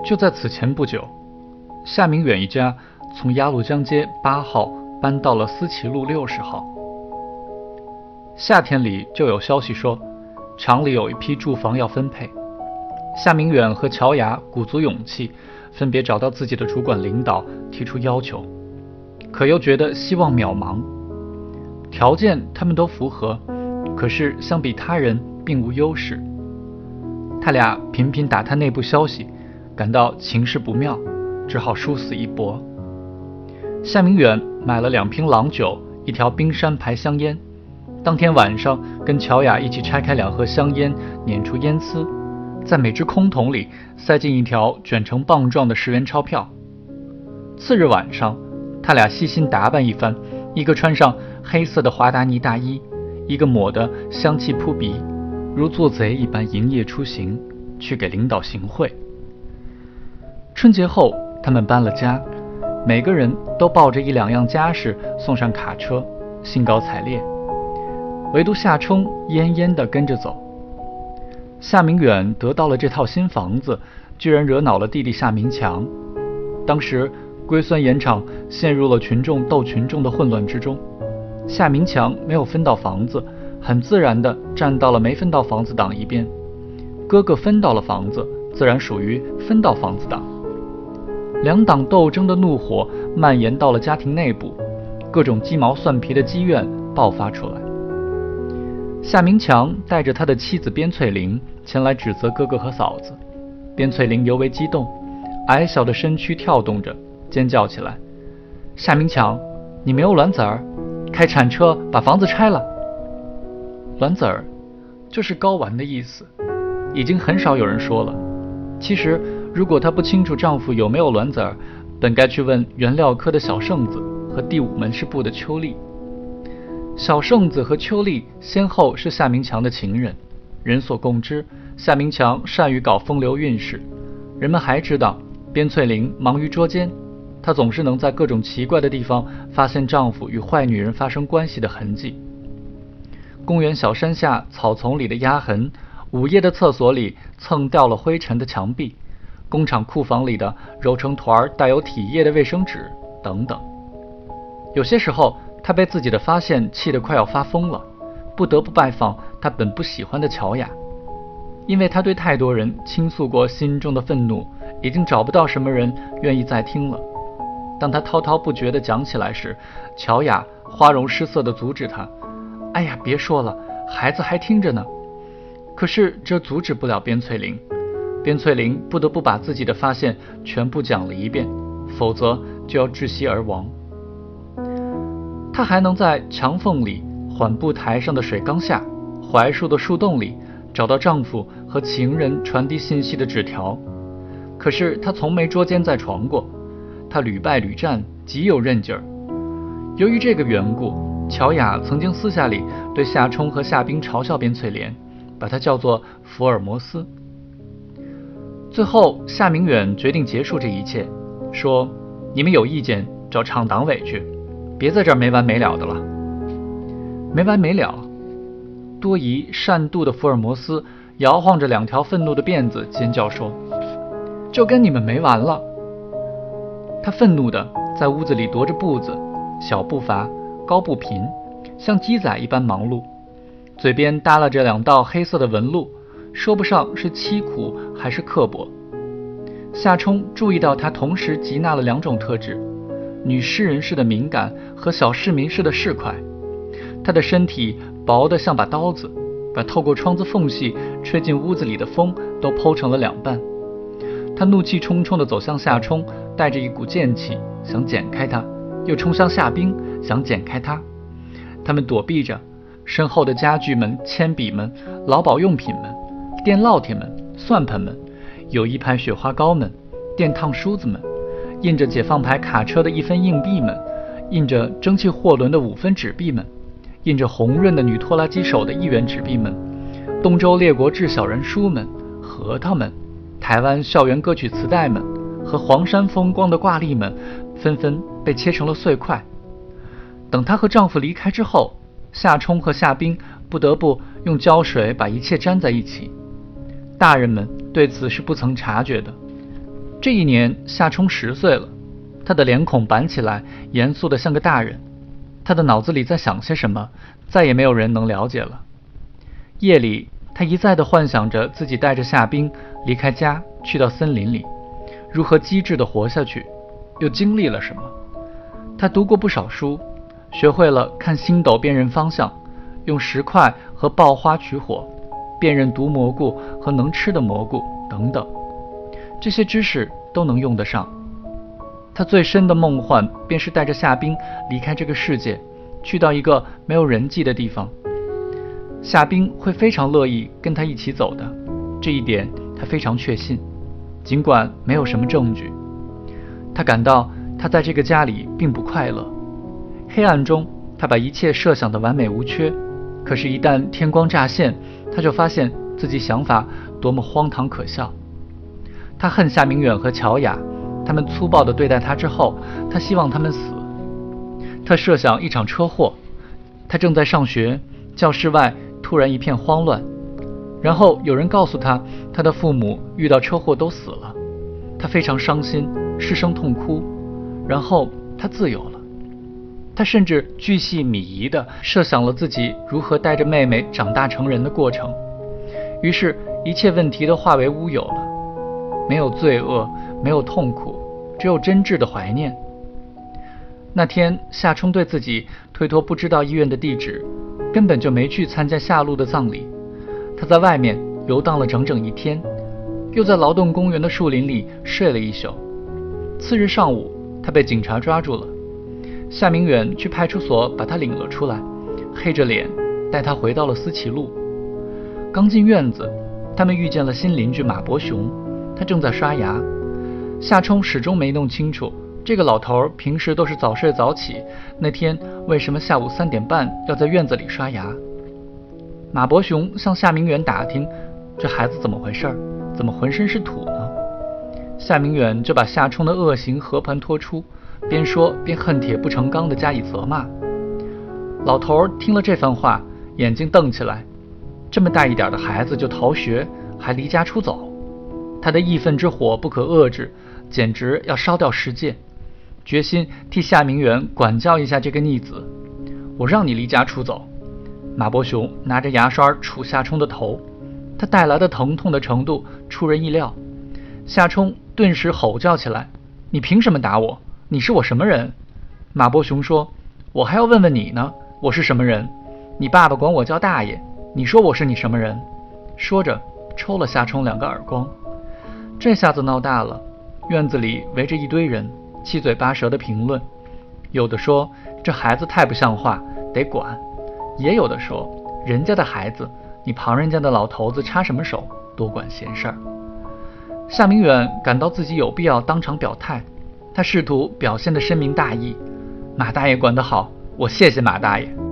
就在此前不久，夏明远一家从鸭绿江街8号搬到了思齐路60号。夏天里就有消息说，厂里有一批住房要分配。夏明远和乔雅鼓足勇气，分别找到自己的主管领导提出要求，可又觉得希望渺茫。条件他们都符合，可是相比他人并无优势。他俩频频打探内部消息，感到情势不妙，只好殊死一搏。夏明远买了2瓶郎酒，1条冰山牌香烟，当天晚上跟乔雅一起拆开2盒香烟，捻出烟丝，在每只空桶里塞进1条卷成棒状的10元钞票。次日晚上，他俩细心打扮一番，一个穿上黑色的华达尼大衣，一个抹得香气扑鼻，如做贼一般营业出行，去给领导行贿。春节后，他们搬了家，每个人都抱着1、2样家事送上卡车，兴高采烈。唯独夏冲奄奄地跟着走。夏明远得到了这套新房子，居然惹恼了弟弟夏明强。当时硅酸盐厂陷入了群众斗群众的混乱之中，夏明强没有分到房子，很自然地站到了没分到房子党一边。哥哥分到了房子，自然属于分到房子党。2党斗争的怒火蔓延到了家庭内部，各种鸡毛蒜皮的积怨爆发出来。夏明强带着他的妻子边翠玲前来指责哥哥和嫂子，边翠玲尤为激动，矮小的身躯跳动着，尖叫起来：夏明强，你没有卵子儿，开铲车把房子拆了。卵子儿就是睾丸的意思，已经很少有人说了。其实如果她不清楚丈夫有没有卵子儿，本该去问原料科的小圣子和第5门市部的秋丽。小圣子和秋丽先后是夏明强的情人，人所共知，夏明强善于搞风流韵事。人们还知道边翠玲忙于捉奸，她总是能在各种奇怪的地方发现丈夫与坏女人发生关系的痕迹。公园小山下草丛里的压痕，午夜的厕所里蹭掉了灰尘的墙壁，工厂库房里的揉成团带有体液的卫生纸等等。有些时候他被自己的发现气得快要发疯了，不得不拜访他本不喜欢的乔雅。因为他对太多人倾诉过心中的愤怒，已经找不到什么人愿意再听了。当他滔滔不绝地讲起来时，乔雅花容失色地阻止他：哎呀，别说了，孩子还听着呢。可是这阻止不了边翠玲，边翠玲不得不把自己的发现全部讲了一遍，否则就要窒息而亡。她还能在墙缝里、缓步台上的水缸下、槐树的树洞里找到丈夫和情人传递信息的纸条。可是她从没捉奸在床过，她屡败屡战，极有韧劲儿。由于这个缘故，乔雅曾经私下里对夏冲和夏冰嘲笑边翠莲，把她叫做福尔摩斯。最后夏明远决定结束这一切，说：你们有意见找厂党委去，别在这儿没完没了的了。没完没了？多疑善妒的福尔摩斯摇晃着2条愤怒的辫子，尖叫说：就跟你们没完了。他愤怒地在屋子里踱着步子，小步伐，高不频，像鸡仔一般忙碌，嘴边耷拉着2道黑色的纹路，说不上是凄苦还是刻薄。夏冲注意到他同时集纳了2种特质：女诗人式的敏感和小市民式的市侩。他的身体薄得像把刀子，把透过窗子缝隙吹进屋子里的风都剖成了2半。他怒气冲冲地走向夏冲，带着一股剑气，想剪开他，又冲向夏冰，想剪开他。他们躲避着，身后的家具们、铅笔们、劳保用品们、电烙铁们、算盘们、友谊牌雪花膏们、电烫梳子们、印着解放牌卡车的1分硬币们、印着蒸汽货轮的5分纸币们、印着红润的女拖拉机手的1元纸币们、东周列国志小人书们、核桃们、台湾校园歌曲磁带们和黄山风光的挂历们纷纷被切成了碎块。等她和丈夫离开之后，夏冲和夏冰不得不用胶水把一切粘在一起。大人们对此是不曾察觉的。 这一年，夏冲10岁了，他的脸孔板起来，严肃得像个大人。他的脑子里在想些什么，再也没有人能了解了。夜里，他一再地幻想着自己带着夏冰离开家，去到森林里，如何机智地活下去，又经历了什么。他读过不少书，学会了看星斗辨认方向，用石块和爆花取火，辨认毒蘑菇和能吃的蘑菇等等，这些知识都能用得上。他最深的梦幻便是带着夏冰离开这个世界，去到一个没有人迹的地方。夏冰会非常乐意跟他一起走的，这一点他非常确信，尽管没有什么证据。他感到他在这个家里并不快乐。黑暗中，他把一切设想得完美无缺，可是一旦天光乍现，他就发现自己想法多么荒唐可笑。他恨夏明远和乔雅，他们粗暴地对待他之后，他希望他们死。他设想一场车祸，他正在上学，教室外突然一片慌乱，然后有人告诉他，他的父母遇到车祸都死了。他非常伤心，失声痛哭，然后他自由了。他甚至巨细靡遗地设想了自己如何带着妹妹长大成人的过程，于是一切问题都化为乌有了。没有罪恶，没有痛苦，只有真挚的怀念。那天，夏冲对自己推脱不知道医院的地址，根本就没去参加夏露的葬礼。他在外面游荡了整整1天，又在劳动公园的树林里睡了一宿。次日上午，他被警察抓住了。夏明远去派出所把他领了出来，黑着脸带他回到了思齐路。刚进院子，他们遇见了新邻居马伯雄，他正在刷牙。夏冲始终没弄清楚，这个老头平时都是早睡早起，那天为什么下午3点半要在院子里刷牙？马伯雄向夏明远打听，这孩子怎么回事，怎么浑身是土呢？夏明远就把夏冲的恶行和盘托出，边说边恨铁不成钢地加以责骂。老头听了这番话，眼睛瞪起来，这么大一点的孩子就逃学，还离家出走。他的义愤之火不可遏制，简直要烧掉世界，决心替夏明远管教一下这个逆子。我让你离家出走。马伯雄拿着牙刷杵夏冲的头，他带来的疼痛的程度出人意料。夏冲顿时吼叫起来，你凭什么打我？你是我什么人？马伯雄说，我还要问问你呢，我是什么人？你爸爸管我叫大爷，你说我是你什么人？说着抽了夏冲2个耳光。这下子闹大了，院子里围着一堆人，七嘴八舌的评论。有的说这孩子太不像话，得管；也有的说人家的孩子，你旁人家的老头子插什么手，多管闲事儿。夏明远感到自己有必要当场表态，他试图表现得深明大义。马大爷管得好，我谢谢马大爷。